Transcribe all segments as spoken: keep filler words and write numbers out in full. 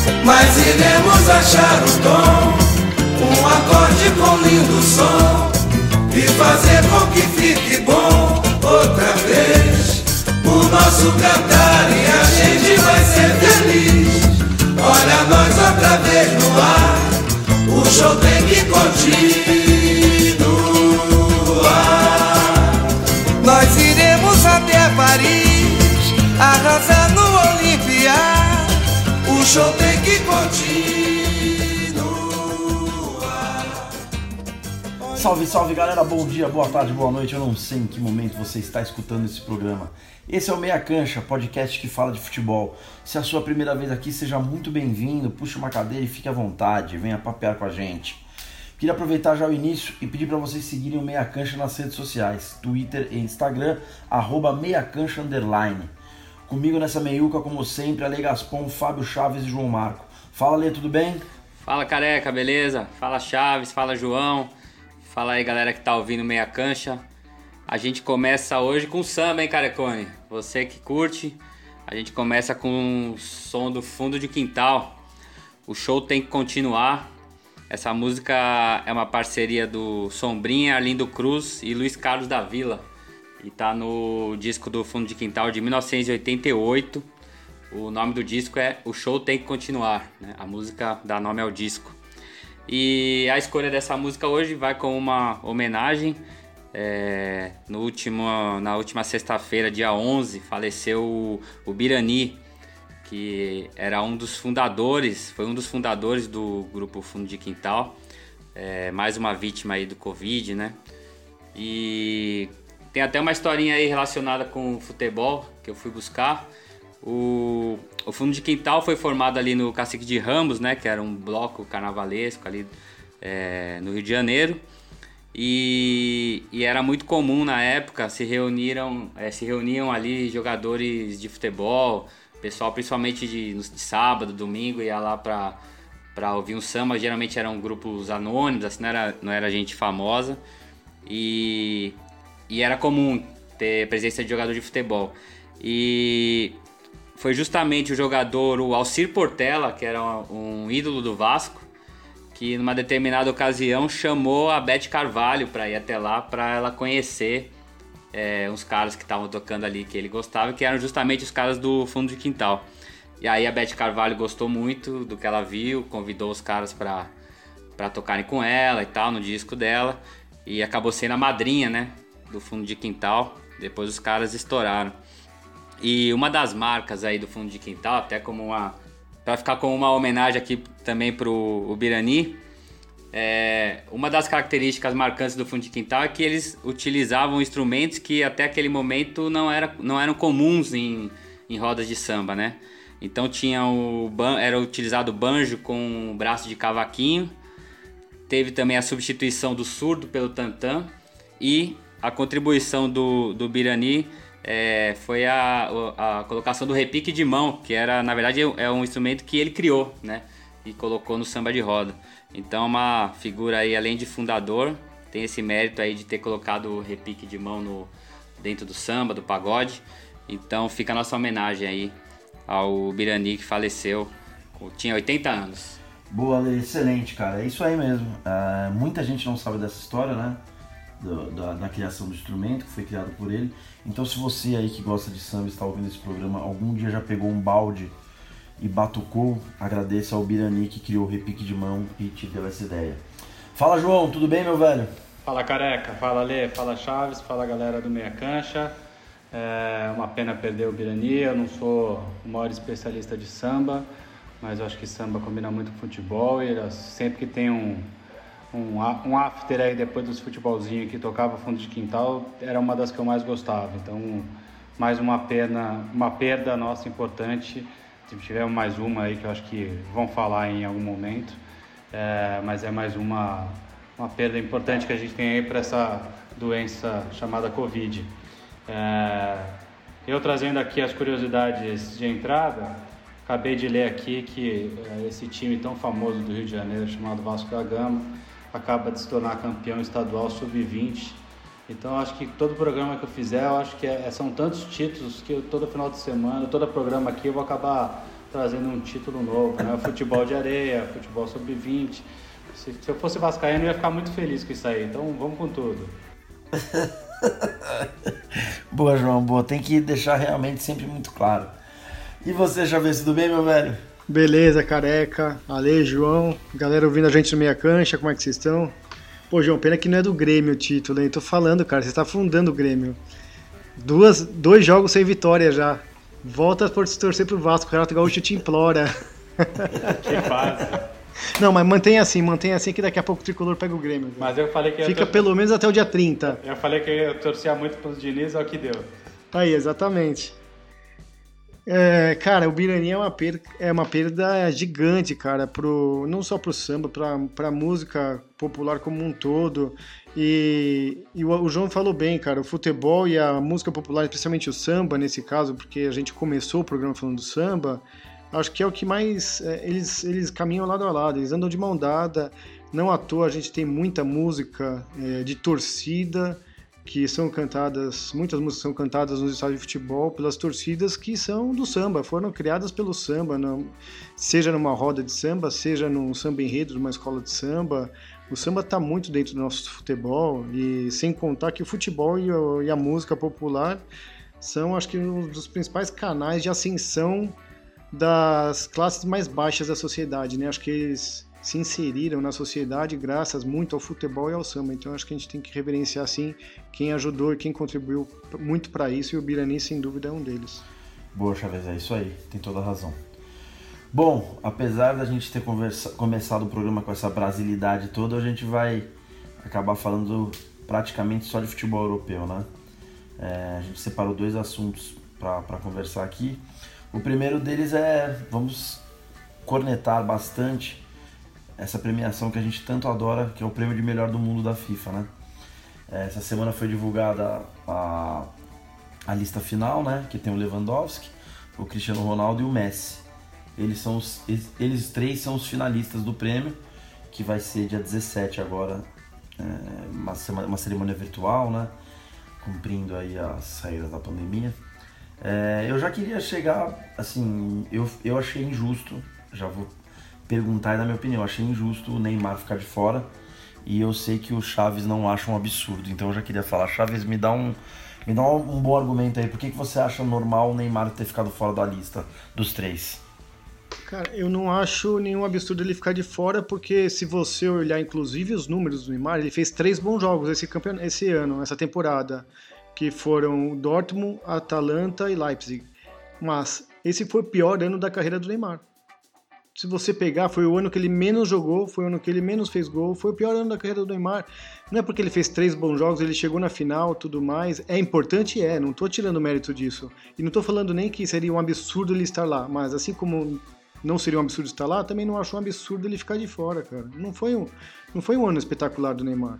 mas iremos achar o tom, um acorde com lindo som, e fazer com que fique bom outra vez o nosso cantar, e a gente vai ser feliz. Olha nós outra vez no ar, o show tem que continuar. Nós iremos até Paris, arrasar no Olimpia, o show tem que continuar. Salve, salve galera, bom dia, boa tarde, boa noite. Eu não sei em que momento você está escutando esse programa. Esse é o Meia Cancha, podcast que fala de futebol. Se é a sua primeira vez aqui, seja muito bem-vindo, puxe uma cadeira e fique à vontade, venha papear com a gente. Queria aproveitar já o início e pedir para vocês seguirem o Meia Cancha nas redes sociais, Twitter e Instagram, arroba meiacancha underline. Comigo nessa meiuca, como sempre, Ale Gaspon, Fábio Chaves e João Marco. Fala, Lê, tudo bem? Fala, Careca, beleza? Fala, Chaves, fala, João. Fala aí, galera que tá ouvindo Meia Cancha. A gente começa hoje com samba, hein, Carecone? Você que curte, a gente começa com o som do fundo de quintal. O show tem que continuar. Essa música é uma parceria do Sombrinha, Arlindo Cruz e Luiz Carlos da Vila. E tá no disco do Fundo de Quintal de mil novecentos e oitenta e oito. O nome do disco é O Show Tem que Continuar, né? A música dá nome ao disco. E a escolha dessa música hoje vai com uma homenagem. É, no último, na última sexta-feira, dia onze, faleceu o, o Birani, que era um dos fundadores, foi um dos fundadores do grupo Fundo de Quintal, é, mais uma vítima aí do Covid, né? E tem até uma historinha aí relacionada com o futebol que eu fui buscar. O, o Fundo de Quintal foi formado ali no Cacique de Ramos, né? Que era um bloco carnavalesco ali é, no Rio de Janeiro. E, e era muito comum na época, se reuniram, é, se reuniam ali jogadores de futebol, pessoal principalmente de, de sábado, domingo, ia lá pra, pra ouvir um samba. Geralmente eram grupos anônimos, assim, não era, não era gente famosa. E, e era comum ter presença de jogador de futebol. E foi justamente o jogador, o Alcir Portela, que era um, um ídolo do Vasco, que numa determinada ocasião chamou a Beth Carvalho para ir até lá, para ela conhecer é, uns caras que estavam tocando ali que ele gostava, que eram justamente os caras do Fundo de Quintal. E aí a Beth Carvalho gostou muito do que ela viu, convidou os caras para para tocarem com ela e tal, no disco dela, e acabou sendo a madrinha, né, do Fundo de Quintal. Depois os caras estouraram. E uma das marcas aí do Fundo de Quintal, até como uma... para ficar como uma homenagem aqui também pro o Birani, é, uma das características marcantes do Fundo de Quintal é que eles utilizavam instrumentos que até aquele momento não, era, não eram comuns em, em rodas de samba, né? Então tinha o, era utilizado o banjo com o braço de cavaquinho, teve também a substituição do surdo pelo tantã, e a contribuição do, do Birani É, foi a, a colocação do repique de mão, que era, na verdade, é um instrumento que ele criou, né? E colocou no samba de roda. Então, uma figura aí, além de fundador, tem esse mérito aí de ter colocado o repique de mão no, dentro do samba, do pagode. Então, fica a nossa homenagem aí ao Birani, que faleceu, tinha oitenta anos. Boa, Ale, excelente, cara. É isso aí mesmo. É, muita gente não sabe dessa história, né? Do, da, da criação do instrumento, que foi criado por ele. Então, se você aí que gosta de samba, está ouvindo esse programa, algum dia já pegou um balde e batucou, agradeça ao Birani que criou o repique de mão e te deu essa ideia. Fala, João, tudo bem, meu velho? Fala, Careca, fala, Lê, fala, Chaves, fala, galera do Meia Cancha. É uma pena perder o Birani, eu não sou o maior especialista de samba, mas eu acho que samba combina muito com futebol, e sempre que tem um Um, um after aí depois dos futebolzinhos que tocava Fundo de Quintal, era uma das que eu mais gostava. Então, mais uma perda, uma perda nossa importante. Se tivermos mais uma aí que eu acho que vão falar em algum momento, é, mas é mais uma, uma perda importante que a gente tem aí para essa doença chamada Covid. É, eu trazendo aqui as curiosidades de entrada, acabei de ler aqui que é, esse time tão famoso do Rio de Janeiro, chamado Vasco da Gama, acaba de se tornar campeão estadual sub vinte. Então, acho que todo programa que eu fizer, eu acho que é, são tantos títulos que eu, todo final de semana, todo programa aqui, eu vou acabar trazendo um título novo, né? Futebol de areia, futebol sub vinte. Se, se eu fosse vascaíno, eu ia ficar muito feliz com isso aí. Então, vamos com tudo. Boa, João, boa. Tem que deixar realmente sempre muito claro. E você, Chaves, tudo bem, meu velho? Beleza, careca, Ale, João, galera ouvindo a gente no Meia Cancha, como é que vocês estão? Pô, João, pena que não é do Grêmio o título, hein? Tô falando, cara, você tá afundando o Grêmio. Duas, dois jogos sem vitória já. Volta por se torcer pro Vasco, o Renato Gaúcho te implora. Que fase. Não, mas mantenha assim, mantenha assim que daqui a pouco o Tricolor pega o Grêmio. Velho. Mas eu falei que... Fica tor... pelo menos até o dia trinta. Eu falei que eu torcia muito pros Diniz, é o que deu. Aí, exatamente. É, cara, o Birani é uma perda, é uma perda gigante, cara, pro, não só pro samba, pra, pra música popular como um todo. E, e o, o João falou bem, cara, o futebol e a música popular, especialmente o samba nesse caso, porque a gente começou o programa falando do samba, acho que é o que mais, é, eles, eles caminham lado a lado, eles andam de mão dada, não à toa a gente tem muita música é, de torcida, que são cantadas, muitas músicas são cantadas nos estádios de futebol pelas torcidas que são do samba, foram criadas pelo samba, não, seja numa roda de samba, seja num samba enredo, numa escola de samba. O samba está muito dentro do nosso futebol, e sem contar que o futebol e, o, e a música popular são, acho que, um dos principais canais de ascensão das classes mais baixas da sociedade, né? Acho que eles se inseriram na sociedade graças muito ao futebol e ao samba, então acho que a gente tem que reverenciar, sim, quem ajudou e quem contribuiu muito para isso, e o Birani, sem dúvida, é um deles. Boa, Chaves, é isso aí, tem toda a razão. Bom, apesar da gente ter conversa, começado o programa com essa brasilidade toda, a gente vai acabar falando praticamente só de futebol europeu, né? É, a gente separou dois assuntos para conversar aqui. O primeiro deles é, vamos cornetar bastante essa premiação que a gente tanto adora, que é o prêmio de melhor do mundo da FIFA, né? Essa semana foi divulgada a, a lista final, né? Que tem o Lewandowski, o Cristiano Ronaldo e o Messi. Eles, são os, eles, eles três são os finalistas do prêmio, que vai ser dia dezessete agora, é, uma, semana, uma cerimônia virtual, né? Cumprindo aí as saídas da pandemia. É, eu já queria chegar, assim, eu, eu achei injusto, já vou perguntar e dar minha opinião, eu achei injusto o Neymar ficar de fora, e eu sei que o Chaves não acha um absurdo, então eu já queria falar, Chaves, me dá um, me dá um, um bom argumento aí, por que, que você acha normal o Neymar ter ficado fora da lista dos três? Cara, eu não acho nenhum absurdo ele ficar de fora, porque se você olhar inclusive os números do Neymar, ele fez três bons jogos esse, campeon... esse ano, essa temporada, que foram Dortmund, Atalanta e Leipzig. Mas esse foi o pior ano da carreira do Neymar. Se você pegar, foi o ano que ele menos jogou, foi o ano que ele menos fez gol, foi o pior ano da carreira do Neymar. Não é porque ele fez três bons jogos, ele chegou na final, tudo mais. É importante, é, não tô tirando o mérito disso. E não tô falando nem que seria um absurdo ele estar lá, mas assim como não seria um absurdo estar lá, também não acho um absurdo ele ficar de fora, cara. Não foi um, não foi um ano espetacular do Neymar.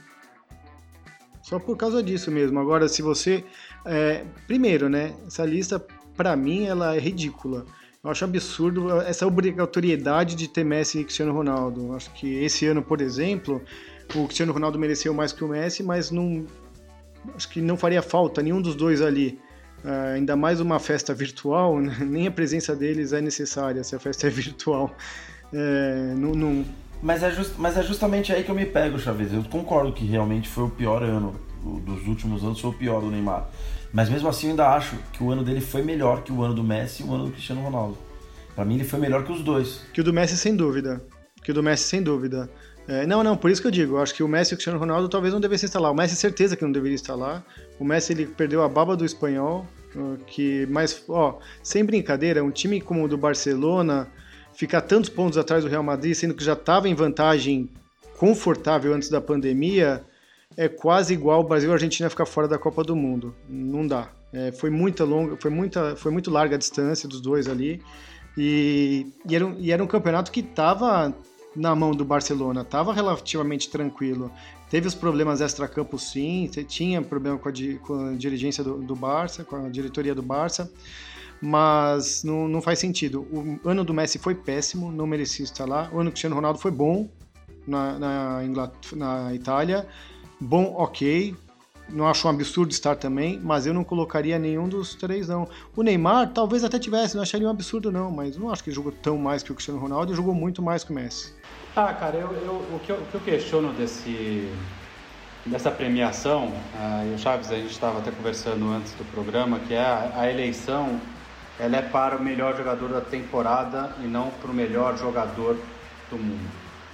Só por causa disso mesmo. Agora, se você... É, primeiro, né, essa lista, pra mim, ela é ridícula. Eu acho absurdo essa obrigatoriedade de ter Messi e Cristiano Ronaldo. Eu acho que esse ano, por exemplo, o Cristiano Ronaldo mereceu mais que o Messi, mas não, acho que não faria falta nenhum dos dois ali. Uh, ainda mais uma festa virtual, né? Nem a presença deles é necessária se a festa é virtual. É, não, não... Mas, é just, mas é justamente aí que eu me pego, Chaves. Eu concordo que realmente foi o pior ano, o, dos últimos anos foi o pior do Neymar. Mas mesmo assim eu ainda acho que o ano dele foi melhor que o ano do Messi e o ano do Cristiano Ronaldo. Pra mim ele foi melhor que os dois. Que o do Messi sem dúvida. Que o do Messi sem dúvida. É, não, não, por isso que eu digo, eu acho que o Messi e o Cristiano Ronaldo talvez não devessem estar lá. O Messi certeza que não deveria estar lá. O Messi ele perdeu a baba do espanhol, que, mas, ó, sem brincadeira, um time como o do Barcelona ficar tantos pontos atrás do Real Madrid, sendo que já estava em vantagem confortável antes da pandemia, é quase igual o Brasil e a Argentina ficar fora da Copa do Mundo. Não dá. É, foi muita longa, foi muita, foi muito larga a distância dos dois ali. E, e, era, um, e era um campeonato que estava na mão do Barcelona, estava relativamente tranquilo. Teve os problemas extra-campo, sim, tinha problema com a, com a dirigência do, do Barça, com a diretoria do Barça, mas não, não faz sentido. O ano do Messi foi péssimo, não merecia estar lá. O ano do Cristiano Ronaldo foi bom na, na, Inglaterra, na Itália, bom, ok, não acho um absurdo estar também, mas eu não colocaria nenhum dos três, não. O Neymar talvez até tivesse, não acharia um absurdo, não, mas não acho que ele jogou tão mais que o Cristiano Ronaldo e jogou muito mais que o Messi. Ah, cara, eu, eu, o, que eu, o que eu questiono desse, dessa premiação, uh, e o Chaves, a gente estava até conversando antes do programa, que é a, a eleição, ela é para o melhor jogador da temporada e não para o melhor jogador do mundo.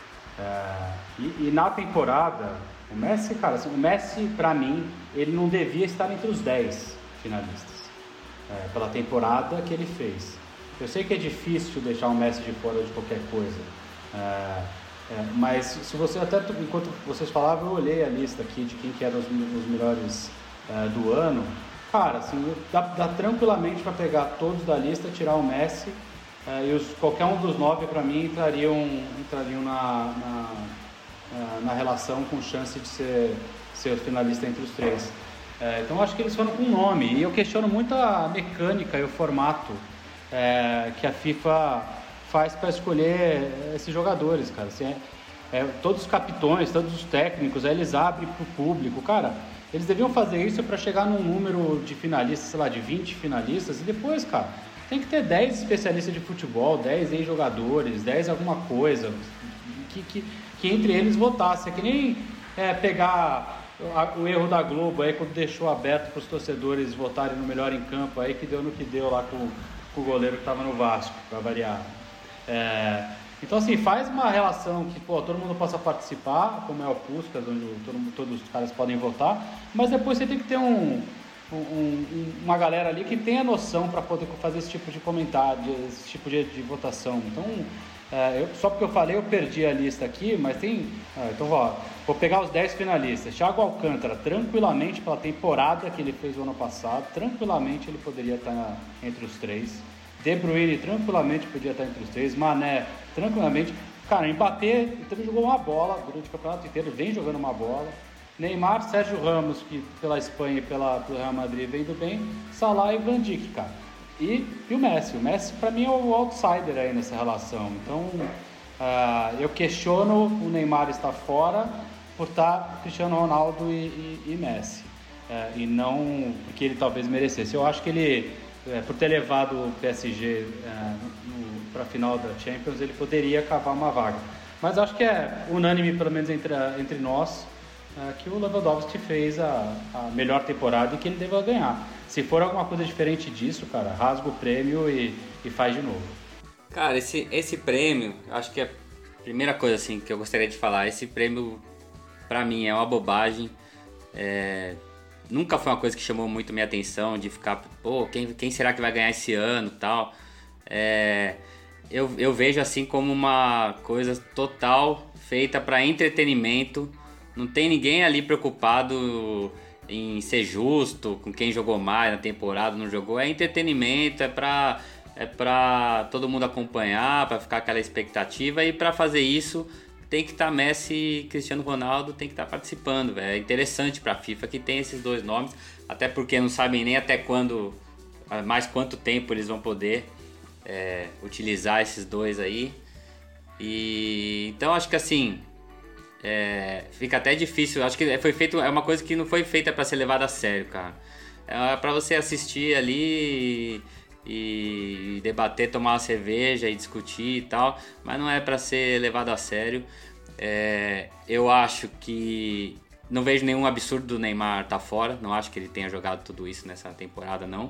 Uh, e, e na temporada, o Messi, cara, assim, o Messi, para mim, ele não devia estar entre os dez finalistas, uh, pela temporada que ele fez. Eu sei que é difícil deixar o Messi de fora de qualquer coisa, É, é, mas se você até enquanto vocês falavam, eu olhei a lista aqui de quem que eram os, os melhores é, do ano. Cara, assim, dá, dá tranquilamente para pegar todos da lista, tirar o Messi é, e os, qualquer um dos nove para mim entrariam, entrariam na, na, na relação com chance de ser, ser finalista entre os três. É, então eu acho que eles foram com nome e eu questiono muito a mecânica e o formato é, que a FIFA faz para escolher esses jogadores, cara. Assim, é, é, todos os capitões, todos os técnicos, aí eles abrem para o público. Cara, eles deviam fazer isso para chegar num número de finalistas, sei lá, de vinte finalistas, e depois, cara, tem que ter dez especialistas de futebol, dez ex-jogadores, dez alguma coisa, que, que, que entre eles votasse. É que nem é, pegar a, o erro da Globo aí, quando deixou aberto para os torcedores votarem no melhor em campo, aí que deu no que deu lá com, com o goleiro que estava no Vasco, para variar. É, então assim, faz uma relação que pô, todo mundo possa participar, como é o Puskás, onde todo, todos os caras podem votar, mas depois você tem que ter um, um, um, uma galera ali que tenha noção para poder fazer esse tipo de comentário, esse tipo de, de votação. Então, é, eu, só porque eu falei, eu perdi a lista aqui, mas tem... É, então ó, vou pegar os dez finalistas. Thiago Alcântara, tranquilamente, pela temporada que ele fez o ano passado, tranquilamente ele poderia estar entre os três. De Bruyne tranquilamente podia estar entre os três, Mané tranquilamente, cara, Mbappé também jogou uma bola durante o campeonato inteiro, vem jogando uma bola, Neymar, Sérgio Ramos, que pela Espanha e pela, pelo Real Madrid vem do bem, Salah e Van Dijk, cara, e, e o Messi, o Messi pra mim é o outsider aí nessa relação, então uh, eu questiono o Neymar estar fora por estar Cristiano Ronaldo e, e, e Messi, uh, e não porque ele talvez merecesse. Eu acho que ele É, por ter levado o P S G é, para a final da Champions, ele poderia cavar uma vaga. Mas acho que é unânime, pelo menos entre, a, entre nós, é, que o Lewandowski fez a, a melhor temporada e que ele deva ganhar. Se for alguma coisa diferente disso, cara, rasga o prêmio e, e faz de novo. Cara, esse, esse prêmio, acho que é a primeira coisa assim, que eu gostaria de falar. Esse prêmio, pra mim, é uma bobagem. É... Nunca foi uma coisa que chamou muito minha atenção, de ficar, pô, quem, quem será que vai ganhar esse ano e tal. É, eu, eu vejo assim como uma coisa total feita para entretenimento. Não tem ninguém ali preocupado em ser justo com quem jogou mais na temporada, não jogou. É entretenimento, é pra, é pra todo mundo acompanhar, para ficar aquela expectativa. E para fazer isso tem que estar tá Messi e Cristiano Ronaldo, tem que estar tá participando, véio. É interessante para a FIFA que tem esses dois nomes, até porque não sabem nem até quando, mais quanto tempo eles vão poder é, utilizar esses dois aí. E então acho que assim é, fica até difícil. Acho que foi feito, é uma coisa que não foi feita para ser levada a sério, cara. É para você assistir ali e debater, tomar uma cerveja e discutir e tal, mas não é para ser levado a sério. É, eu acho que não vejo nenhum absurdo do Neymar estar fora, não acho que ele tenha jogado tudo isso nessa temporada, não.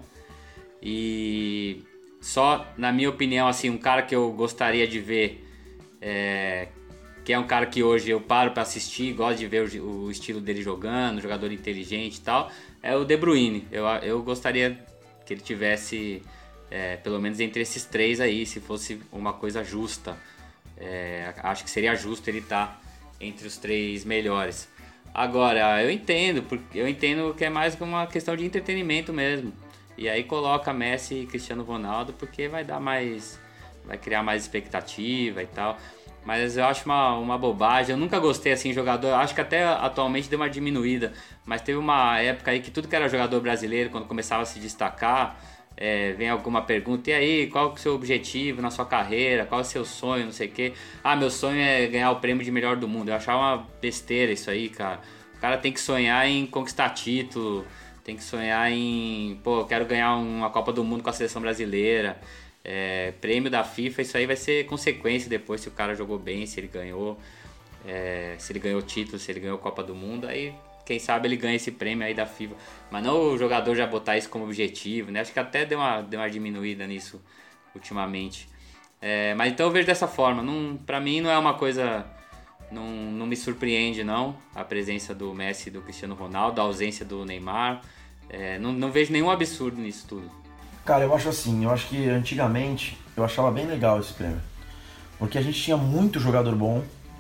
E só, na minha opinião, assim, um cara que eu gostaria de ver, é, que é um cara que hoje eu paro para assistir, gosto de ver o, o estilo dele jogando, jogador inteligente e tal, é o De Bruyne. Eu, eu gostaria que ele tivesse É, pelo menos entre esses três aí, se fosse uma coisa justa. É, acho que seria justo ele estar entre os três melhores. Agora, eu entendo, porque eu entendo que é mais uma questão de entretenimento mesmo. E aí coloca Messi e Cristiano Ronaldo, porque vai dar mais, vai criar mais expectativa e tal. Mas eu acho uma, uma bobagem. Eu nunca gostei assim de jogador. Eu acho que até atualmente deu uma diminuída. Mas teve uma época aí que tudo que era jogador brasileiro, quando começava a se destacar, É, vem alguma pergunta, e aí, qual é o seu objetivo na sua carreira, qual é o seu sonho, não sei o que. Ah, meu sonho é ganhar o prêmio de melhor do mundo. Eu achava uma besteira isso aí, cara. O cara tem que sonhar em conquistar título, tem que sonhar em, pô, eu quero ganhar uma Copa do Mundo com a seleção brasileira, é, prêmio da FIFA, isso aí vai ser consequência depois se o cara jogou bem, se ele ganhou, é, se ele ganhou título, se ele ganhou Copa do Mundo, aí quem sabe ele ganha esse prêmio aí da FIFA. Mas não o jogador já botar isso como objetivo, né? Acho que até deu uma, deu uma diminuída nisso ultimamente. É, mas então eu vejo dessa forma, não, pra mim não é uma coisa... Não, não me surpreende não a presença do Messi e do Cristiano Ronaldo, a ausência do Neymar. É, não, não vejo nenhum absurdo nisso tudo. Cara, eu acho assim, eu acho que antigamente eu achava bem legal esse prêmio. Porque a gente tinha muito jogador bom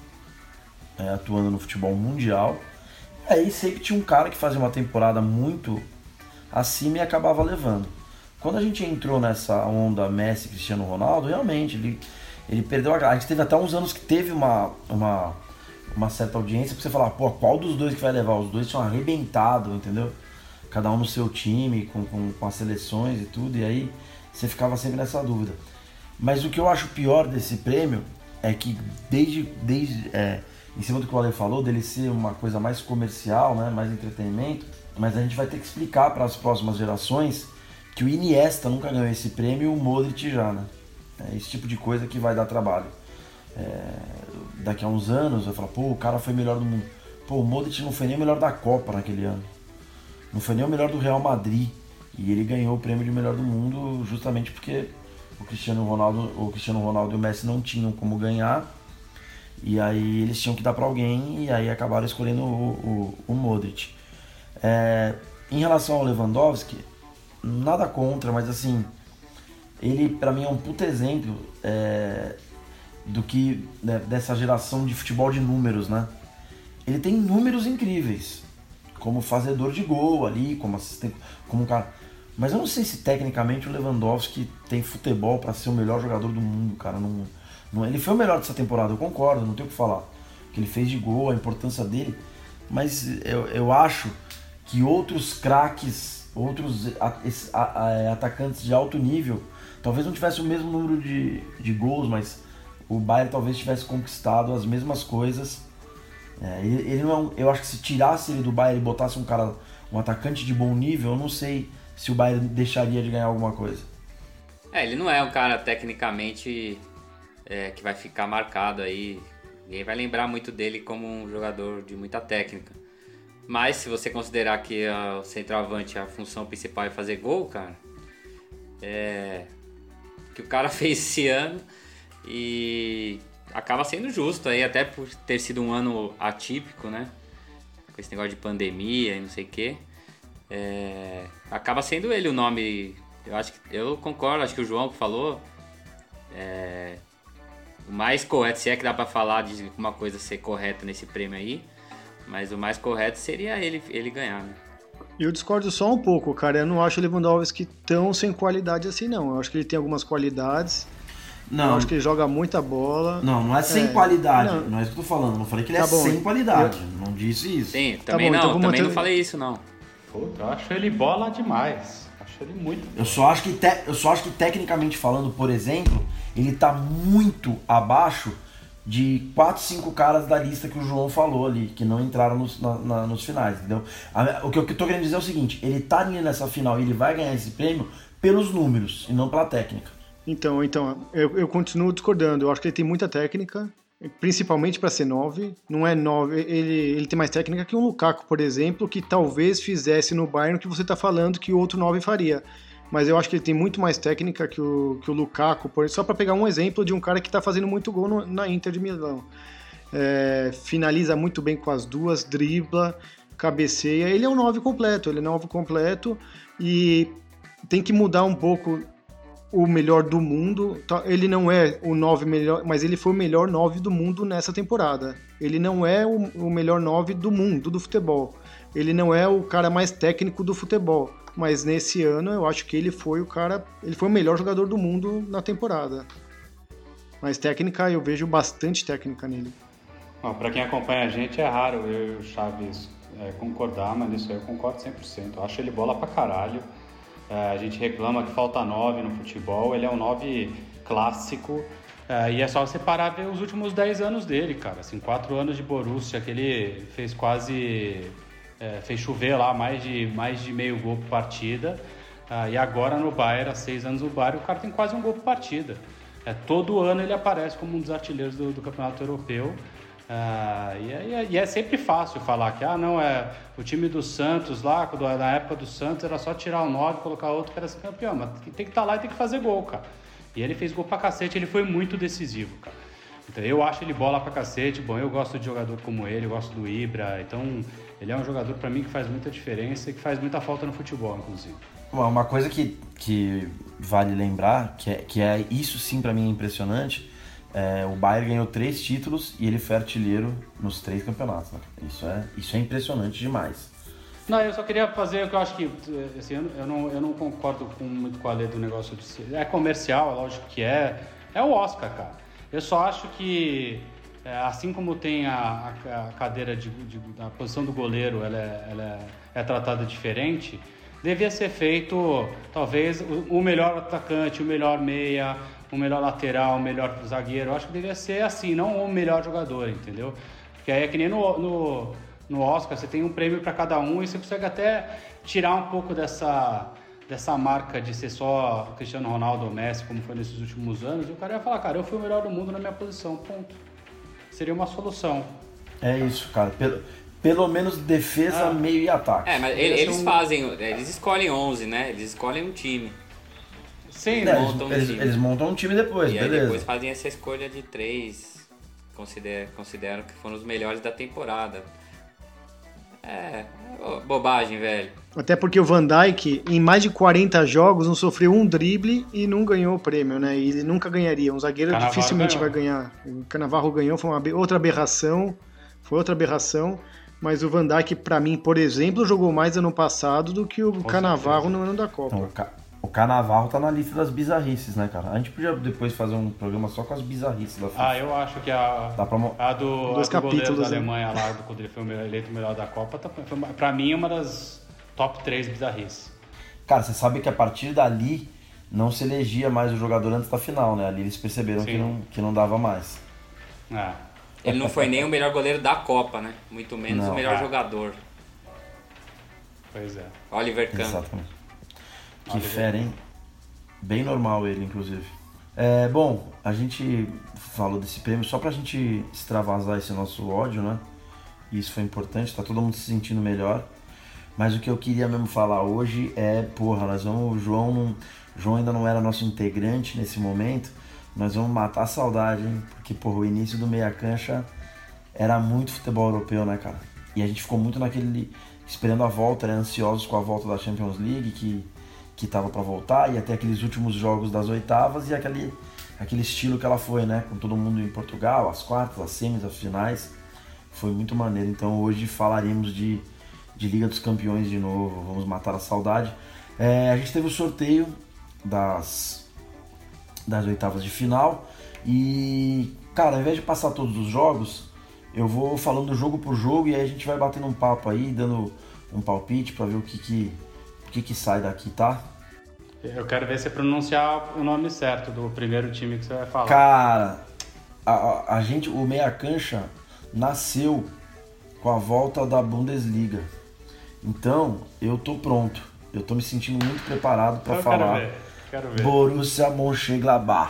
é, atuando no futebol mundial. E aí sempre tinha um cara que fazia uma temporada muito acima e acabava levando. Quando a gente entrou nessa onda Messi e Cristiano Ronaldo, realmente ele... Ele perdeu a... A gente teve até uns anos que teve uma, uma, uma certa audiência pra você falar, pô, qual dos dois que vai levar? Os dois tinham arrebentado, entendeu? Cada um no seu time, com, com, com as seleções e tudo, e aí você ficava sempre nessa dúvida. Mas o que eu acho pior desse prêmio é que desde, desde é, em cima do que o Ale falou, dele ser uma coisa mais comercial, né, mais entretenimento, mas a gente vai ter que explicar para as próximas gerações que o Iniesta nunca ganhou esse prêmio e o Modric já, né? É esse tipo de coisa que vai dar trabalho. É, daqui a uns anos vai falar, pô, o cara foi melhor do mundo. Pô, o Modric não foi nem o melhor da Copa naquele ano. Não foi nem o melhor do Real Madrid. E ele ganhou o prêmio de melhor do mundo justamente porque o Cristiano Ronaldo, o Cristiano Ronaldo e o Messi não tinham como ganhar. E aí eles tinham que dar para alguém e aí acabaram escolhendo o, o, o Modric. É, em relação ao Lewandowski, nada contra, mas assim... Ele, pra mim, é um puta exemplo é, do que, né, dessa geração de futebol de números, né? Ele tem números incríveis, como fazedor de gol ali, como assistente, como um cara... Mas eu não sei se tecnicamente o Lewandowski tem futebol pra ser o melhor jogador do mundo, cara. Não, não, ele foi o melhor dessa temporada, eu concordo, não tenho o que falar. O que ele fez de gol, a importância dele. Mas eu, eu acho que outros craques, outros atacantes de alto nível... Talvez não tivesse o mesmo número de, de gols, mas o Bayern talvez tivesse conquistado as mesmas coisas. É, ele, ele não, eu acho que se tirasse ele do Bayern e botasse um cara, um atacante de bom nível, eu não sei se o Bayern deixaria de ganhar alguma coisa. É, ele não é um cara tecnicamente é, que vai ficar marcado aí. Ninguém vai lembrar muito dele como um jogador de muita técnica. Mas se você considerar que a, o centroavante, a função principal é fazer gol, cara, é... que o cara fez esse ano e acaba sendo justo aí, até por ter sido um ano atípico, né? Com esse negócio de pandemia e não sei o quê. É, acaba sendo ele o nome. Eu acho que eu concordo, acho que o João que falou. É, o mais correto, se é que dá pra falar de uma coisa ser correta nesse prêmio aí, mas o mais correto seria ele, ele ganhar, né? Eu discordo só um pouco, cara. Eu não acho o Lewandowski tão sem qualidade assim, não. Eu acho que ele tem algumas qualidades. Não. Eu acho que ele joga muita bola. Não, não é sem é, qualidade. Não. não é isso que eu tô falando. Não falei que ele tá é bom, sem qualidade. Eu... Não disse isso. Sim, tá também bom, não. então também manter... não falei isso, não. Puta, eu acho ele bola demais. Acho ele muito. Eu só acho que, te... eu só acho que tecnicamente falando, por exemplo, ele tá muito abaixo de quatro, cinco caras da lista que o João falou ali, que não entraram nos, na, na, nos finais, entendeu? O que eu tô querendo dizer é o seguinte, ele tá ali nessa final e ele vai ganhar esse prêmio pelos números e não pela técnica. Então, então eu, eu continuo discordando. Eu acho que ele tem muita técnica, principalmente para ser nove. Não é nove, ele, ele tem mais técnica que um Lukaku, por exemplo, que talvez fizesse no Bayern o que você tá falando que o outro nove faria. Mas eu acho que ele tem muito mais técnica que o, que o Lukaku, por, só para pegar um exemplo de um cara que está fazendo muito gol no, na Inter de Milão. É, finaliza muito bem com as duas, dribla, cabeceia. Ele é um nove completo, ele é um nove completo e tem que mudar um pouco o melhor do mundo. Ele não é o nove melhor, mas ele foi o melhor nove do mundo nessa temporada. Ele não é o, o melhor nove do mundo do futebol. Ele não é o cara mais técnico do futebol. Mas nesse ano eu acho que ele foi o cara, ele foi o melhor jogador do mundo na temporada. Mas técnica, eu vejo bastante técnica nele. Para quem acompanha a gente é raro eu e o Chaves é, concordar, mas nisso aí eu concordo cem por cento. Eu acho ele bola pra caralho. É, a gente reclama que falta nove no futebol, ele é um nove clássico. É, e é só você parar ver os últimos dez anos dele, cara. Assim, quatro anos de Borussia, que ele fez quase... É, fez chover lá mais de, mais de meio gol por partida. Ah, e agora no Bayern, há seis anos no Bayern, o cara tem quase um gol por partida. É, todo ano ele aparece como um dos artilheiros do, do campeonato europeu. Ah, e, é, e é sempre fácil falar que ah, não, é o time do Santos lá, na época do Santos, era só tirar o nove e colocar outro que era ser campeão. Mas tem que estar lá e tem que fazer gol, cara. E ele fez gol pra cacete, ele foi muito decisivo, cara. Então eu acho ele bola pra cacete. Bom, eu gosto de jogador como ele, eu gosto do Ibra. Então ele é um jogador pra mim que faz muita diferença e que faz muita falta no futebol, inclusive. Uma coisa que, que vale lembrar, que é, que é isso sim pra mim é impressionante, é, o Bayern ganhou três títulos e ele foi artilheiro nos três campeonatos. Né? Isso, é, isso é impressionante demais. Não, eu só queria fazer o que eu acho que, assim, eu não, eu não concordo com, muito com a lei do negócio de ser. É comercial, é lógico que é. É o Oscar, cara. Eu só acho que, é, assim como tem a, a, a cadeira de, de, a posição do goleiro, ela, é, ela é, é tratada diferente, devia ser feito, talvez, o, o melhor atacante, o melhor meia, o melhor lateral, o melhor zagueiro. Eu acho que devia ser assim, não o melhor jogador, entendeu? Porque aí é que nem no... no No Oscar, você tem um prêmio para cada um e você consegue até tirar um pouco dessa, dessa marca de ser só Cristiano Ronaldo ou Messi, como foi nesses últimos anos, e o cara ia falar, cara, eu fui o melhor do mundo na minha posição, ponto. Seria uma solução. É isso, cara. Pelo, pelo menos defesa, ah. meio e ataque. É, mas eles, eles fazem, eles escolhem onze, né? Eles escolhem um time. Sim, eles, né? montam eles, um time. Eles montam um time depois, e beleza. E depois fazem essa escolha de três, consideram, consideram que foram os melhores da temporada. É, bobagem, velho. Até porque o Van Dijk, em mais de quarenta jogos, não sofreu um drible e não ganhou o prêmio, né? E ele nunca ganharia. Um zagueiro Cannavaro dificilmente ganhou. vai ganhar. O Cannavaro ganhou, foi uma outra aberração. Foi outra aberração. Mas o Van Dijk, pra mim, por exemplo, jogou mais ano passado do que o Com Cannavaro certeza. no ano da Copa. Então, o, Ca... o Cannavaro tá na lista das bizarrices, né, cara? A gente podia depois fazer um programa só com as bizarrices da FIFA. Ah, eu acho que a, Dá pra... a do, Dois a do goleiro da né? Alemanha lá, quando ele foi eleito o melhor da Copa, tá, foi, pra mim é uma das top três bizarrices. Cara, você sabe que a partir dali não se elegia mais o jogador antes da final, né? Ali eles perceberam que não, que não dava mais. É. Ele não foi nem o melhor goleiro da Copa, né? Muito menos não. o melhor é. jogador. Pois é. Oliver Kahn. Exatamente. Que Oliver. fera, hein? Bem normal ele, inclusive. É, bom, a gente falou desse prêmio só pra gente extravasar esse nosso ódio, né? E isso foi importante, tá todo mundo se sentindo melhor. Mas o que eu queria mesmo falar hoje é, porra, nós vamos, o João, não, o João ainda não era nosso integrante nesse momento, nós vamos matar a saudade, hein? Porque, porra, o início do Meia Cancha era muito futebol europeu, né, cara? E a gente ficou muito naquele, esperando a volta, né? Ansiosos com a volta da Champions League, que, que tava pra voltar, e até aqueles últimos jogos das oitavas, e aquele, aquele estilo que ela foi, né? Com todo mundo em Portugal, as quartas, as semis, as finais, foi muito maneiro. Então hoje falaremos de de Liga dos Campeões de novo, vamos matar a saudade. É, a gente teve o sorteio das, das oitavas de final e, cara, ao invés de passar todos os jogos, eu vou falando jogo por jogo e aí a gente vai batendo um papo aí, dando um palpite pra ver o que que, o que, que sai daqui, tá? Eu quero ver você pronunciar o nome certo do primeiro time que você vai falar. Cara, a, a, a gente, o Meia Cancha nasceu com a volta da Bundesliga. Então, eu tô pronto. Eu tô me sentindo muito preparado para falar. Quero ver, quero ver. Borussia Mönchengladbach.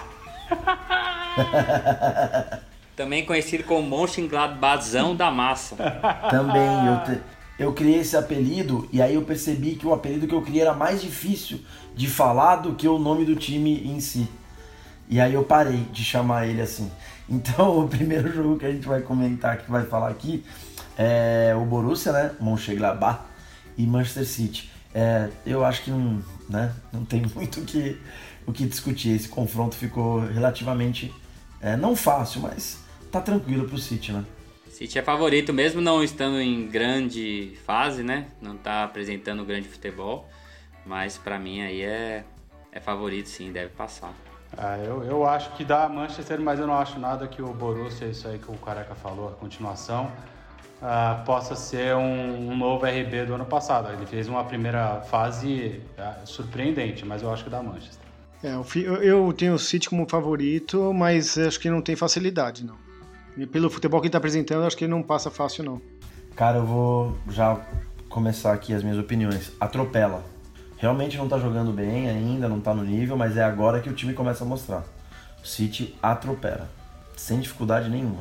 Também conhecido como Mönchengladbachzão da massa. Também, eu, te, eu criei esse apelido e aí eu percebi que o apelido que eu criei era mais difícil de falar do que o nome do time em si. E aí eu parei de chamar ele assim. Então, o primeiro jogo que a gente vai comentar, que vai falar aqui, é o Borussia, né? Mönchengladbach e Manchester City. É, eu acho que não, né, não tem muito o que, o que discutir. Esse confronto ficou relativamente, é, não fácil, mas tá tranquilo pro City, né? City é favorito, mesmo não estando em grande fase, né? Não tá apresentando grande futebol, mas pra mim aí é, é favorito sim, deve passar. Ah, eu, eu acho que dá Manchester, mas eu não acho nada que o Borussia, isso aí que o Careca falou, a continuação, Uh, possa ser um, um novo R B do ano passado. Ele fez uma primeira fase uh, surpreendente, mas eu acho que dá Manchester. É, eu tenho o City como favorito, mas acho que não tem facilidade, não. E pelo futebol que ele está apresentando, acho que ele não passa fácil, não. Cara, eu vou já começar aqui as minhas opiniões. Atropela. Realmente não tá jogando bem ainda, não tá no nível, mas é agora que o time começa a mostrar. O City atropela, sem dificuldade nenhuma.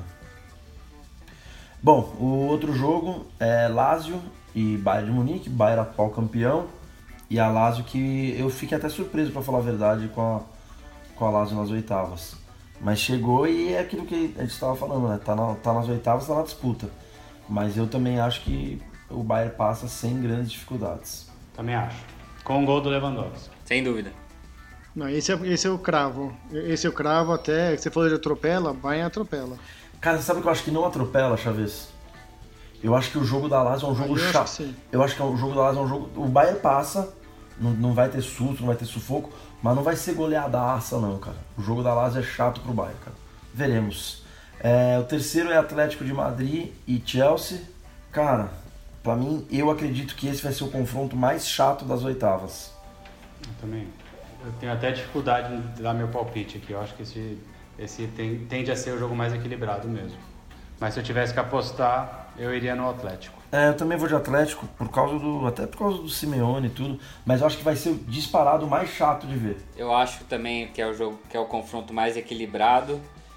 Bom, o outro jogo é Lazio e Bayern de Munique. Bayern atual campeão. E a Lazio que eu fiquei até surpreso, pra falar a verdade, com a, com a Lazio nas oitavas. Mas chegou e é aquilo que a gente estava falando, né? Tá, na, tá nas oitavas, tá na disputa. Mas eu também acho que o Bayern passa sem grandes dificuldades. Também acho. Com o gol do Lewandowski. Sem dúvida. Não, esse é, esse é o cravo. Esse é o cravo até, você falou de atropela, Bayern atropela. Cara, sabe o que eu acho que não atropela, Chaves? Eu acho que o jogo da Lazio é um jogo eu chato. Acho eu acho que o jogo da Lazio é um jogo... O Bayern passa, não, não vai ter susto, não vai ter sufoco, mas não vai ser goleadaça não, cara. O jogo da Lazio é chato pro Bayern, cara. Veremos. É, o terceiro é Atlético de Madrid e Chelsea. Cara, pra mim, eu acredito que esse vai ser o confronto mais chato das oitavas. Eu também. Eu tenho até dificuldade de dar meu palpite aqui. Eu acho que esse, esse tem, tende a ser o jogo mais equilibrado mesmo. Mas se eu tivesse que apostar, eu iria no Atlético. É, eu também vou de Atlético, por causa do, até por causa do Simeone e tudo, mas eu acho que vai ser disparado mais chato de ver. Eu acho também que é o jogo, que é o confronto mais equilibrado,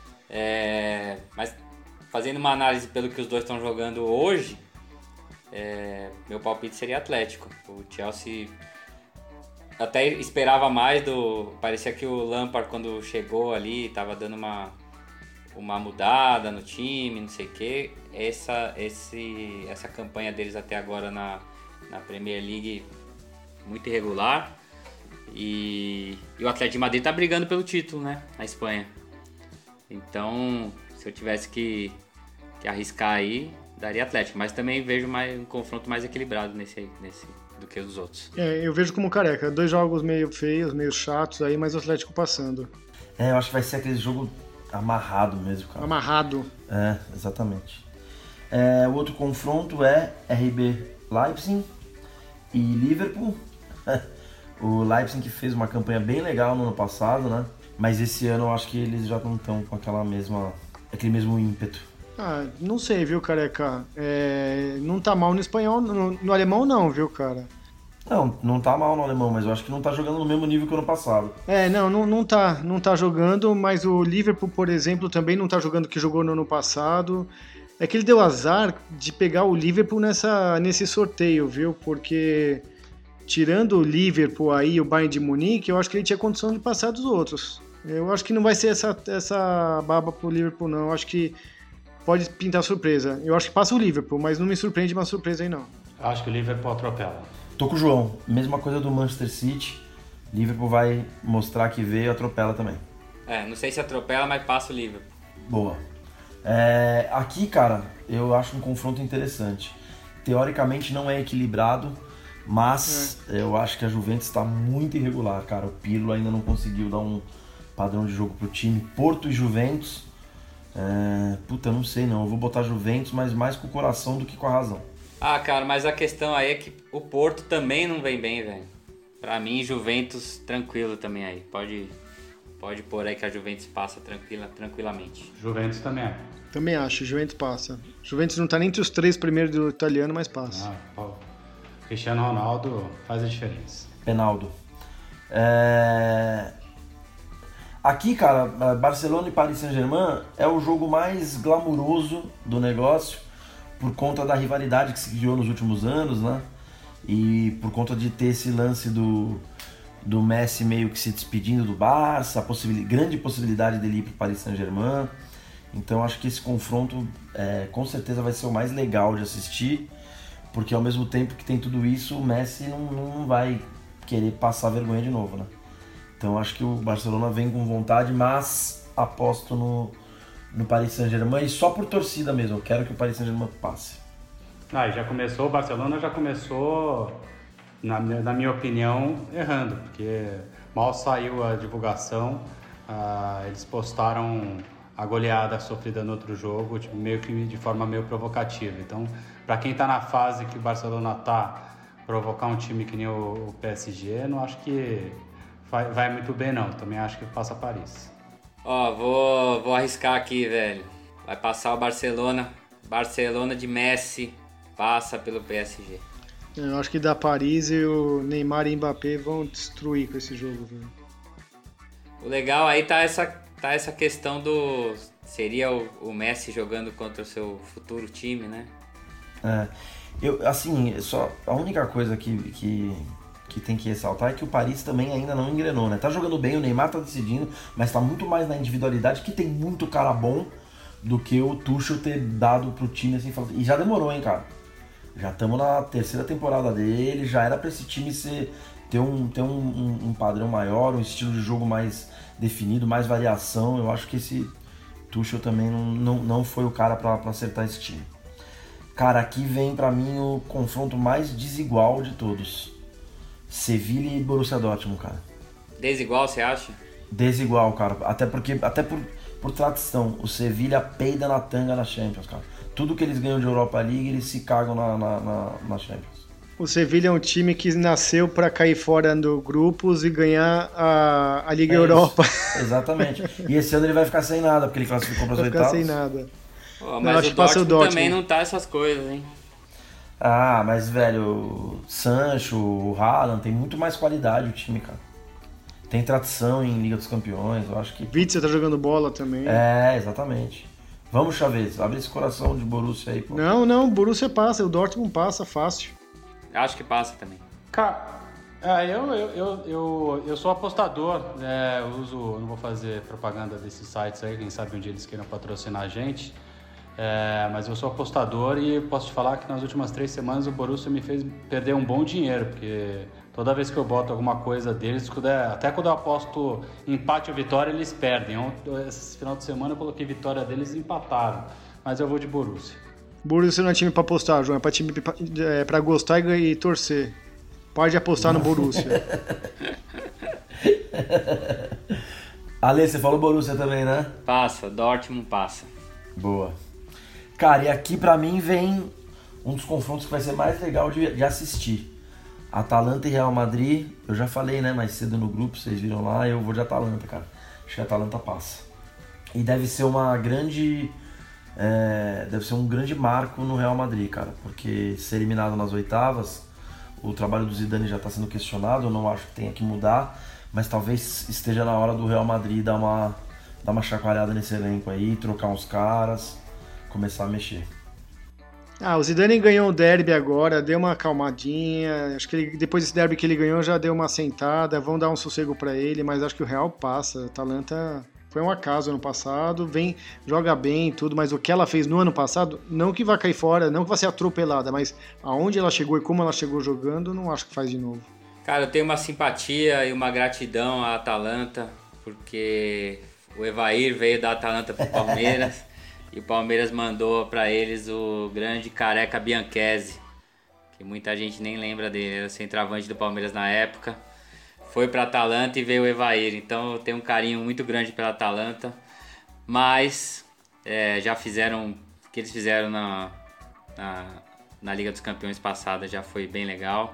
é, mas fazendo uma análise pelo que os dois estão jogando hoje, é, meu palpite seria Atlético. O Chelsea até esperava mais do, parecia que o Lampard quando chegou ali estava dando uma uma mudada no time, não sei o que. Essa, esse, essa campanha deles até agora na, na Premier League muito irregular. E, e o Atlético de Madrid tá brigando pelo título, né? Na Espanha. Então, se eu tivesse que, que arriscar aí, daria Atlético. Mas também vejo mais, um confronto mais equilibrado nesse, nesse, do que os outros. É, eu vejo como Careca. Dois jogos meio feios, meio chatos aí, mas o Atlético passando. É, eu acho que vai ser aquele jogo amarrado mesmo, cara. Amarrado. É, exatamente. É, o outro confronto é R B Leipzig e Liverpool. O Leipzig que fez uma campanha bem legal no ano passado, né? Mas esse ano eu acho que eles já não estão com aquela mesma, aquele mesmo ímpeto. Ah, não sei, viu, Careca? É, não tá mal no espanhol, no, no alemão não, viu, cara? Não, não tá mal no alemão, mas eu acho que não tá jogando no mesmo nível que o ano passado. É, não, não, não tá, não tá jogando, mas o Liverpool, por exemplo, também não tá jogando o que jogou no ano passado. É que ele deu azar de pegar o Liverpool nessa, nesse sorteio, viu? Porque tirando o Liverpool aí, o Bayern de Munique, eu acho que ele tinha condição de passar dos outros. Eu acho que não vai ser essa, essa baba pro Liverpool, não. Eu acho que pode pintar surpresa. Eu acho que passa o Liverpool, mas não me surpreende uma surpresa aí, não. Eu acho que o Liverpool atropela. Tô com o João, mesma coisa do Manchester City. Liverpool vai mostrar que veio e atropela também. É, não sei se atropela, mas passa o Liverpool. Boa. É, aqui, cara, eu acho um confronto interessante. Teoricamente não é equilibrado, mas é. eu acho que a Juventus está muito irregular, cara. O Pirlo ainda não conseguiu dar um padrão de jogo pro time. Porto e Juventus, é, puta, não sei não. Eu vou botar Juventus, mas mais com o coração do que com a razão. Ah, cara, mas a questão aí é que o Porto também não vem bem, velho. Pra mim, Juventus tranquilo também aí. Pode, pode pôr aí que a Juventus passa tranquila, tranquilamente. Juventus também é. Também acho, Juventus passa. Juventus não tá nem entre os três primeiros do italiano, mas passa. Ah, pô. Cristiano Ronaldo faz a diferença. Penaldo. É... Aqui, cara, Barcelona e Paris Saint-Germain é o jogo mais glamuroso do negócio, por conta da rivalidade que se criou nos últimos anos, né? E por conta de ter esse lance do, do Messi meio que se despedindo do Barça, a possibilidade, grande possibilidade dele ir para o Paris Saint-Germain. Então acho que esse confronto é, com certeza vai ser o mais legal de assistir, porque ao mesmo tempo que tem tudo isso, o Messi não, não vai querer passar vergonha de novo, né? Então acho que o Barcelona vem com vontade, mas aposto no no Paris Saint-Germain e só por torcida mesmo. Eu quero que o Paris Saint-Germain passe. Ah, e já começou, o Barcelona já começou, na, na minha opinião, errando, porque mal saiu a divulgação, ah, eles postaram a goleada sofrida no outro jogo, tipo, meio que de forma meio provocativa. Então, para quem está na fase que o Barcelona está, provocar um time que nem o, o P S G, não acho que vai, vai muito bem não, também acho que passa Paris. Ó, vou, vou arriscar aqui, velho. Vai passar o Barcelona, Barcelona de Messi passa pelo P S G. Eu acho que da Paris e o Neymar e Mbappé vão destruir com esse jogo, velho. O legal aí tá essa, tá essa questão do... Seria o, o Messi jogando contra o seu futuro time, né? É, eu, assim, só a única coisa que, que, que tem que ressaltar é que o Paris também ainda não engrenou, né? Tá jogando bem, o Neymar tá decidindo, mas tá muito mais na individualidade, que tem muito cara bom do que o Tuchel ter dado pro time, assim, e já demorou, hein, cara? Já estamos na terceira temporada dele, já era pra esse time ser, ter, um, ter um, um, um padrão maior, um estilo de jogo mais definido, mais variação. Eu acho que esse Tuchel também não, não, não foi o cara pra, pra acertar esse time. Cara, aqui vem pra mim o confronto mais desigual de todos. Sevilla e Borussia Dortmund, cara. Desigual, você acha? Desigual, cara. Até porque, até por, por tradição, o Sevilla peida na tanga na Champions, cara. Tudo que eles ganham de Europa League, eles se cagam na, na, na, na Champions. O Sevilla é um time que nasceu para cair fora do grupos e ganhar a, a Liga é Europa. Exatamente. E esse ano ele vai ficar sem nada, porque ele classificou para as oitavas. Vai ficar sem nada. Pô, mas não, o Dortmund, o Dortmund também não tá essas coisas, hein? Ah, mas, velho, o Sancho, o Haaland, tem muito mais qualidade o time, cara. Tem tradição em Liga dos Campeões, eu acho que... Witzel tá jogando bola também. É, exatamente. Vamos, Chaves, abre esse coração de Borussia aí, pô. Não, não, o Borussia passa, o Dortmund passa fácil. Acho que passa também. Cara, é, eu, eu, eu, eu, eu sou apostador, né? Eu uso, não vou fazer propaganda desses sites aí, quem sabe um dia eles queiram patrocinar a gente. É, mas eu sou apostador e posso te falar que nas últimas três semanas o Borussia me fez perder um bom dinheiro, porque toda vez que eu boto alguma coisa deles, até quando eu aposto empate ou vitória, eles perdem. Esse final de semana eu coloquei vitória deles e empataram, mas eu vou de Borussia. Borussia não é time pra apostar, João, é pra, time pra, é pra gostar e, e torcer. Pode apostar no Borussia. Ale, você falou Borussia também, né? Passa, Dortmund passa. Boa. Cara, e aqui pra mim vem um dos confrontos que vai ser mais legal de, de assistir. Atalanta e Real Madrid, eu já falei, né, mais cedo no grupo, vocês viram lá, eu vou de Atalanta, cara. Acho que a Atalanta passa. E deve ser uma grande... É, deve ser um grande marco no Real Madrid, cara, porque ser eliminado nas oitavas, o trabalho do Zidane já está sendo questionado, eu não acho que tenha que mudar, mas talvez esteja na hora do Real Madrid dar uma, dar uma chacoalhada nesse elenco aí, trocar uns caras, começar a mexer. Ah, o Zidane ganhou o derby agora, deu uma acalmadinha, acho que ele, depois desse derby que ele ganhou já deu uma sentada, vão dar um sossego para ele, mas acho que o Real passa, a Atalanta... Foi um acaso ano passado, vem, joga bem e tudo, mas o que ela fez no ano passado, não que vai cair fora, não que vai ser atropelada, mas aonde ela chegou e como ela chegou jogando, não acho que faz de novo. Cara, eu tenho uma simpatia e uma gratidão à Atalanta, porque o Evair veio da Atalanta pro Palmeiras e o Palmeiras mandou para eles o grande Careca Bianchese, que muita gente nem lembra dele, era o centroavante do Palmeiras na época. Foi para Atalanta e veio o Evair, então eu tenho um carinho muito grande pela Atalanta, mas é, já fizeram, o que eles fizeram na, na, na Liga dos Campeões passada já foi bem legal.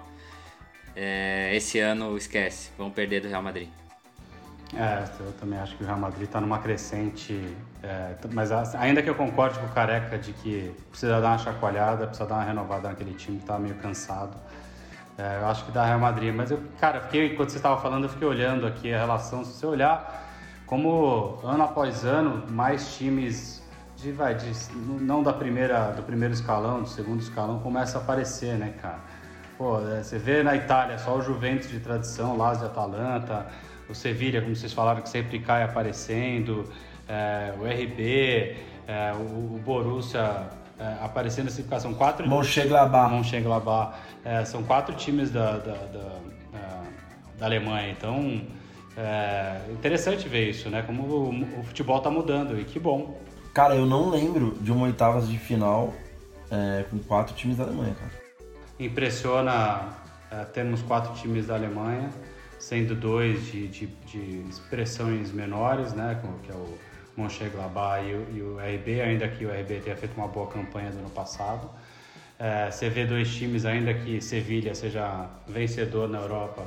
É, esse ano esquece, vão perder do Real Madrid. É, eu também acho que o Real Madrid está numa crescente, é, mas ainda que eu concorde com o Careca de que precisa dar uma chacoalhada, precisa dar uma renovada naquele time que está meio cansado. É, eu acho que dá Real Madrid, mas eu, cara, fiquei, quando você estava falando, eu fiquei olhando aqui a relação, se você olhar como ano após ano, mais times de, vai, de, não da primeira, do primeiro escalão, do segundo escalão, começa a aparecer, né, cara? Pô, é, você vê na Itália só o Juventus de tradição, Lazio e Atalanta, o Sevilla, como vocês falaram, que sempre cai aparecendo, é, o R B, é, o, o Borussia... É, aparecendo assim, são quatro... Mönchengladbach. Mönchengladbach. É, são quatro times da, da, da, da, da Alemanha, então é interessante ver isso, né? Como o, o futebol tá mudando, e que bom. Cara, eu não lembro de uma oitavas de final é, com quatro times da Alemanha, cara. Impressiona é, termos quatro times da Alemanha, sendo dois de, de, de expressões menores, né? Como que é o Mönchengladbach e o, e o R B, ainda que o R B tenha feito uma boa campanha do ano passado. É, você vê dois times, ainda que Sevilla seja vencedor na Europa,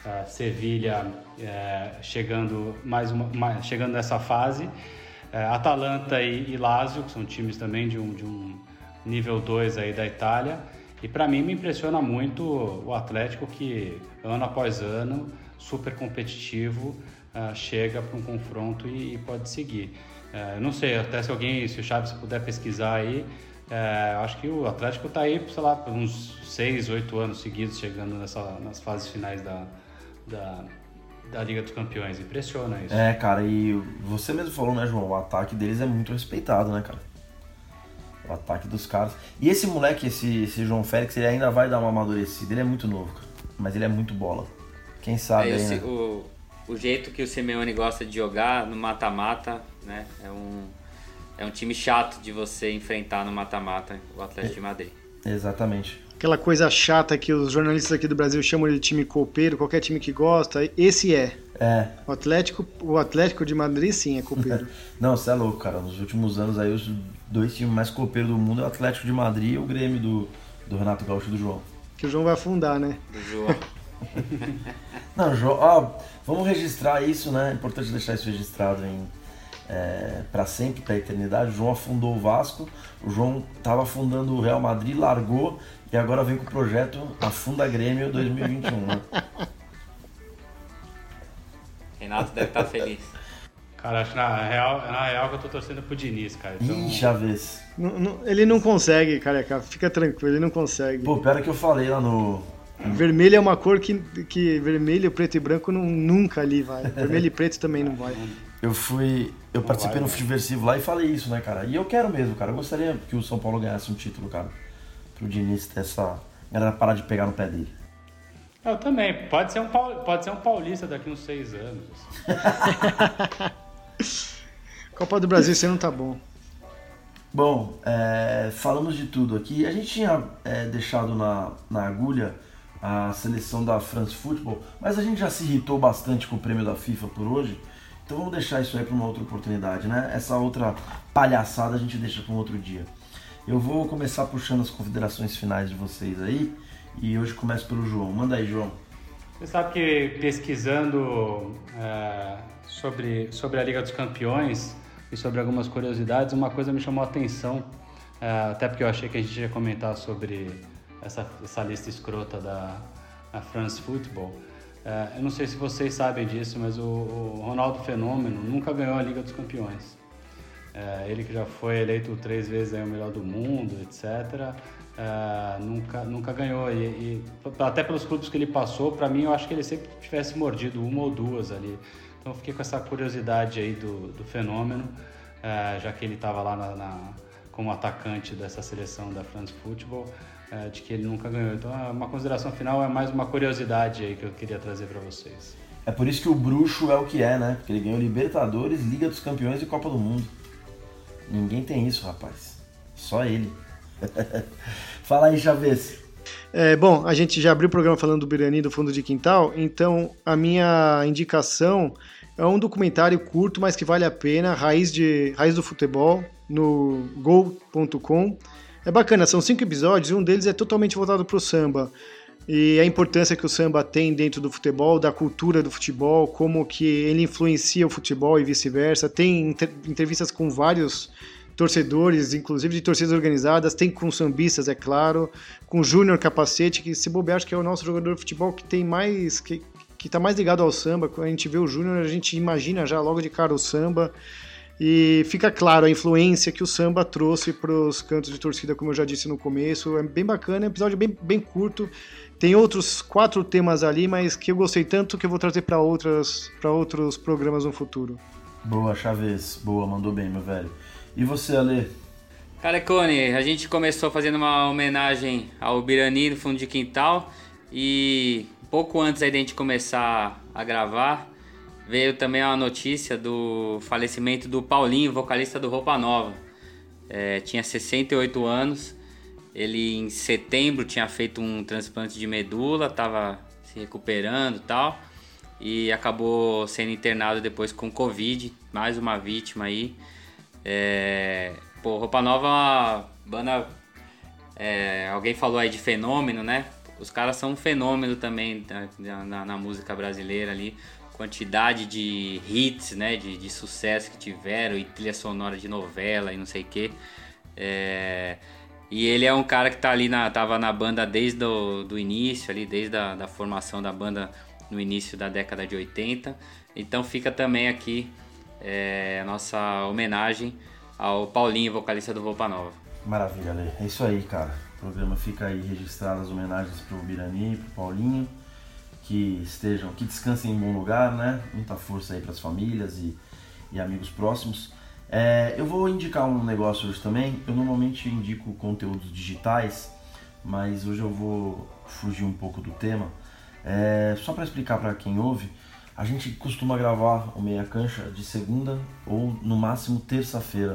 uh, Sevilha uh, chegando, mais uma, mais, chegando nessa fase, uh, Atalanta e, e Lazio, que são times também de um, de um nível dois aí da Itália. E para mim me impressiona muito o Atlético, que ano após ano, super competitivo, uh, chega para um confronto e, e pode seguir. Uh, eu não sei, até se alguém, se o Chaves puder pesquisar aí, uh, acho que o Atlético está aí, sei lá, por uns seis, oito anos seguidos, chegando nessa, nas fases finais da, da, da Liga dos Campeões. Impressiona isso. É, cara, e você mesmo falou, né, João? O ataque deles é muito respeitado, né, cara? O ataque dos caras. E esse moleque, esse, esse João Félix, ele ainda vai dar uma amadurecida. Ele é muito novo, cara. Mas ele é muito bola. Quem sabe é, aí, né? o, o jeito que o Simeone gosta de jogar no mata-mata, né? É um, é um time chato de você enfrentar no mata-mata, o Atlético é, de Madrid. Exatamente. Aquela coisa chata que os jornalistas aqui do Brasil chamam de time copeiro, qualquer time que gosta, esse é. É. O Atlético, o Atlético de Madrid, sim, é copeiro. Não, você é louco, cara. Nos últimos anos aí, os dois times mais copeiros do mundo é o Atlético de Madrid e o Grêmio do, do Renato Gaúcho e do João. Que o João vai afundar, né? Do João. Não, João, ó, vamos registrar isso, né? É importante deixar isso registrado em, é, pra sempre, pra eternidade. O João afundou o Vasco, o João tava afundando o Real Madrid, largou e agora vem com o projeto Afunda Grêmio dois mil e vinte e um, né? Renato deve estar feliz. Cara, acho que na real, na real que eu tô torcendo pro Diniz, cara. Então... Ih, Chaves. Não, não, ele não consegue, careca. Fica tranquilo, ele não consegue. Pô, pera que eu falei lá no... Vermelho é uma cor que, que vermelho, preto e branco não, nunca ali vai. Vermelho e preto também não vai. Eu fui... Eu não participei vai, no né? Futeversivo lá e falei isso, né, cara? E eu quero mesmo, cara. Eu gostaria que o São Paulo ganhasse um título, cara. Pro Diniz ter essa... galera parar de pegar no pé dele. Eu também. Pode ser um, pode ser um paulista daqui uns seis anos. Copa do Brasil, você não tá bom. Bom, é, falamos de tudo aqui. A gente tinha é, deixado na, na agulha a seleção da France Football, mas a gente já se irritou bastante com o prêmio da FIFA por hoje, então vamos deixar isso aí para uma outra oportunidade, né? Essa outra palhaçada a gente deixa para um outro dia. Eu vou começar puxando as considerações finais de vocês aí, e hoje começo pelo João. Manda aí, João. Você sabe que pesquisando é, sobre, sobre a Liga dos Campeões e sobre algumas curiosidades, uma coisa me chamou a atenção, é, até porque eu achei que a gente ia comentar sobre essa, essa lista escrota da a France Football. É, eu não sei se vocês sabem disso, mas o, o Ronaldo Fenômeno nunca ganhou a Liga dos Campeões. É, ele que já foi eleito três vezes aí o melhor do mundo, etcétera, é, nunca, nunca ganhou. E, e até pelos clubes que ele passou, para mim, eu acho que ele sempre tivesse mordido uma ou duas ali. Então eu fiquei com essa curiosidade aí do, do Fenômeno, é, já que ele estava lá na, na, como atacante dessa seleção da France Football, é, de que ele nunca ganhou. Então uma consideração final é mais uma curiosidade aí que eu queria trazer para vocês. É por isso que o bruxo é o que é, né? Porque ele ganhou Libertadores, Liga dos Campeões e Copa do Mundo. Ninguém tem isso, rapaz. Só ele. Fala aí, Chaves. É, bom, a gente já abriu o programa falando do Birani do Fundo de Quintal, então a minha indicação é um documentário curto, mas que vale a pena, Raiz, de, Raiz do Futebol, no gol ponto com. É bacana, são cinco episódios e um deles é totalmente voltado para o samba. E a importância que o samba tem dentro do futebol, da cultura do futebol, como que ele influencia o futebol e vice-versa. Tem entrevistas com vários torcedores, inclusive de torcidas organizadas, tem com sambistas, é claro, com o Júnior Capacete, que se bobear, acho que é o nosso jogador de futebol que tem mais, que, que tá mais ligado ao samba. Quando a gente vê o Júnior, a gente imagina já logo de cara o samba. E fica claro a influência que o samba trouxe para os cantos de torcida, como eu já disse no começo. É bem bacana, é um episódio bem, bem curto. Tem outros quatro temas ali, mas que eu gostei tanto que eu vou trazer para outras, para outros programas no futuro. Boa, Chaves. Boa, mandou bem, meu velho. E você, Ale? Carecone, a gente começou fazendo uma homenagem ao Birani no Fundo de Quintal e pouco antes aí da gente começar a gravar, veio também uma notícia do falecimento do Paulinho, vocalista do Roupa Nova. É, tinha sessenta e oito anos, ele em setembro tinha feito um transplante de medula, estava se recuperando e tal, e acabou sendo internado depois com Covid, mais uma vítima aí. É, pô, Roupa Nova é uma banda, é, alguém falou aí de Fenômeno, né? os caras são um fenômeno também na, na, na música brasileira ali. Quantidade de hits, né, de, de sucesso que tiveram, e trilha sonora de novela e não sei o que. É, e ele é um cara que tá ali na, tava na banda desde o do início, ali, desde a da formação da banda no início da década de oitenta. Então fica também aqui é, a nossa homenagem ao Paulinho, vocalista do Roupa Nova. Maravilha, Lê. É isso aí, cara. O programa fica aí registrado, as homenagens pro Birani, pro Paulinho. Que estejam, que descansem em bom lugar, né? Muita força aí para as famílias e, e amigos próximos. É, eu vou indicar um negócio hoje também. Eu normalmente indico conteúdos digitais, mas hoje eu vou fugir um pouco do tema. É, só para explicar para quem ouve, a gente costuma gravar o Meia Cancha de segunda ou no máximo terça-feira.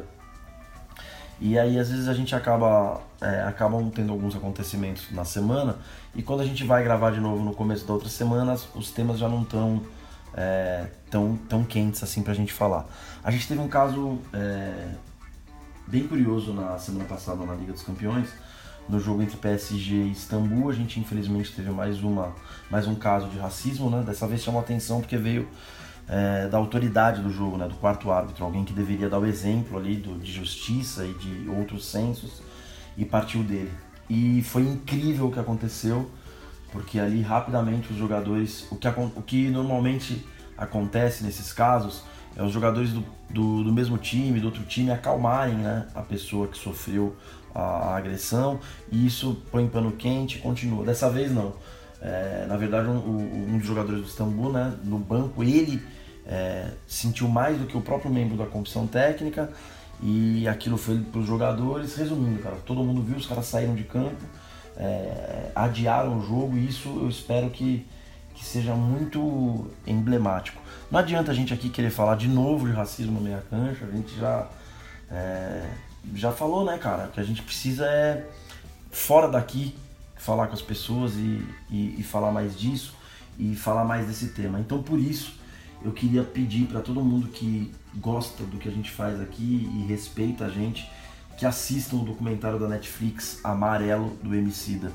E aí às vezes a gente acaba é, acabam tendo alguns acontecimentos na semana, e quando a gente vai gravar de novo no começo da outra semana, os temas já não estão é, tão, tão quentes assim pra gente falar. A gente teve um caso é, bem curioso na semana passada na Liga dos Campeões, no jogo entre P S G e Istambul. A gente infelizmente teve mais, uma, mais um caso de racismo, né? Dessa vez chamou atenção porque veio É, da autoridade do jogo, né, do quarto árbitro, alguém que deveria dar o exemplo ali do, de justiça e de outros sensos, e partiu dele. E foi incrível o que aconteceu, porque ali rapidamente os jogadores, o que, o que normalmente acontece nesses casos é os jogadores do, do, do mesmo time, do outro time, acalmarem, né, a pessoa que sofreu a, a agressão, e isso põe pano quente e continua. Dessa vez não. É, na verdade, um, um dos jogadores do Istambul, né, no banco, ele é, sentiu mais do que o próprio membro da comissão técnica, e aquilo foi para os jogadores. Resumindo, cara, todo mundo viu, os caras saíram de campo, é, adiaram o jogo, e isso eu espero que, que seja muito emblemático. Não adianta a gente aqui querer falar de novo de racismo no Meia Cancha, a gente já, é, já falou, né, cara, que a gente precisa é fora daqui falar com as pessoas e, e, e falar mais disso e falar mais desse tema. Então, por isso, eu queria pedir para todo mundo que gosta do que a gente faz aqui e respeita a gente, que assistam o documentário da Netflix Amarelo, do Emicida.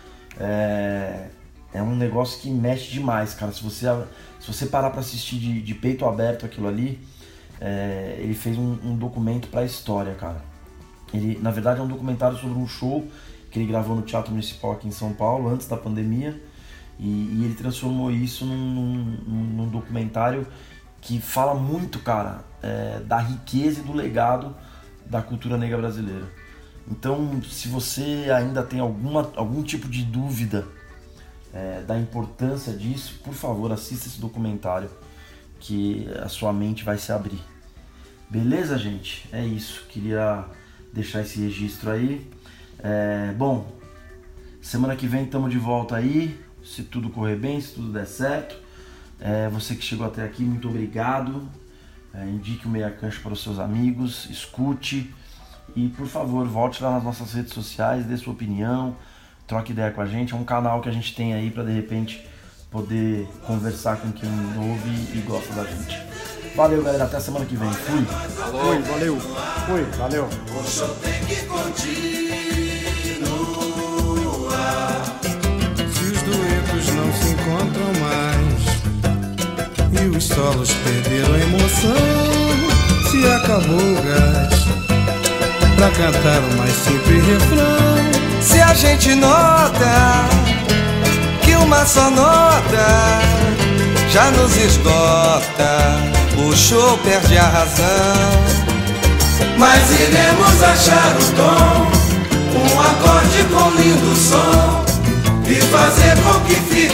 É, é um negócio que mexe demais, cara. Se você, se você parar para assistir de, de peito aberto aquilo ali, é, ele fez um, um documento para a história, cara. Ele, na verdade, é um documentário sobre um show que ele gravou no Teatro Municipal aqui em São Paulo, antes da pandemia, e, e ele transformou isso num, num, num documentário que fala muito, cara, é, da riqueza e do legado da cultura negra brasileira. Então, se você ainda tem alguma, algum tipo de dúvida é, da importância disso, por favor, assista esse documentário, que a sua mente vai se abrir. Beleza, gente? É isso, queria deixar esse registro aí. É, bom, semana que vem estamos de volta aí, se tudo correr bem, se tudo der certo. É, você que chegou até aqui, muito obrigado. É, indique o Meia Cancha para os seus amigos, escute e, por favor, volte lá nas nossas redes sociais, dê sua opinião, troque ideia com a gente. É um canal que a gente tem aí para, de repente, poder conversar com quem ouve e gosta da gente. Valeu, galera, até a semana que vem. Fui. Fui, valeu. Fui, valeu. O show tem que continuar. Se os duetos não se encontram mais e os solos perderam a emoção, se acabou o gás pra cantar o mais simples refrão, Se a gente nota que uma só nota já nos esgota, o show perde a razão. Mas iremos achar o tom, um acorde com lindo som, e fazer com que fique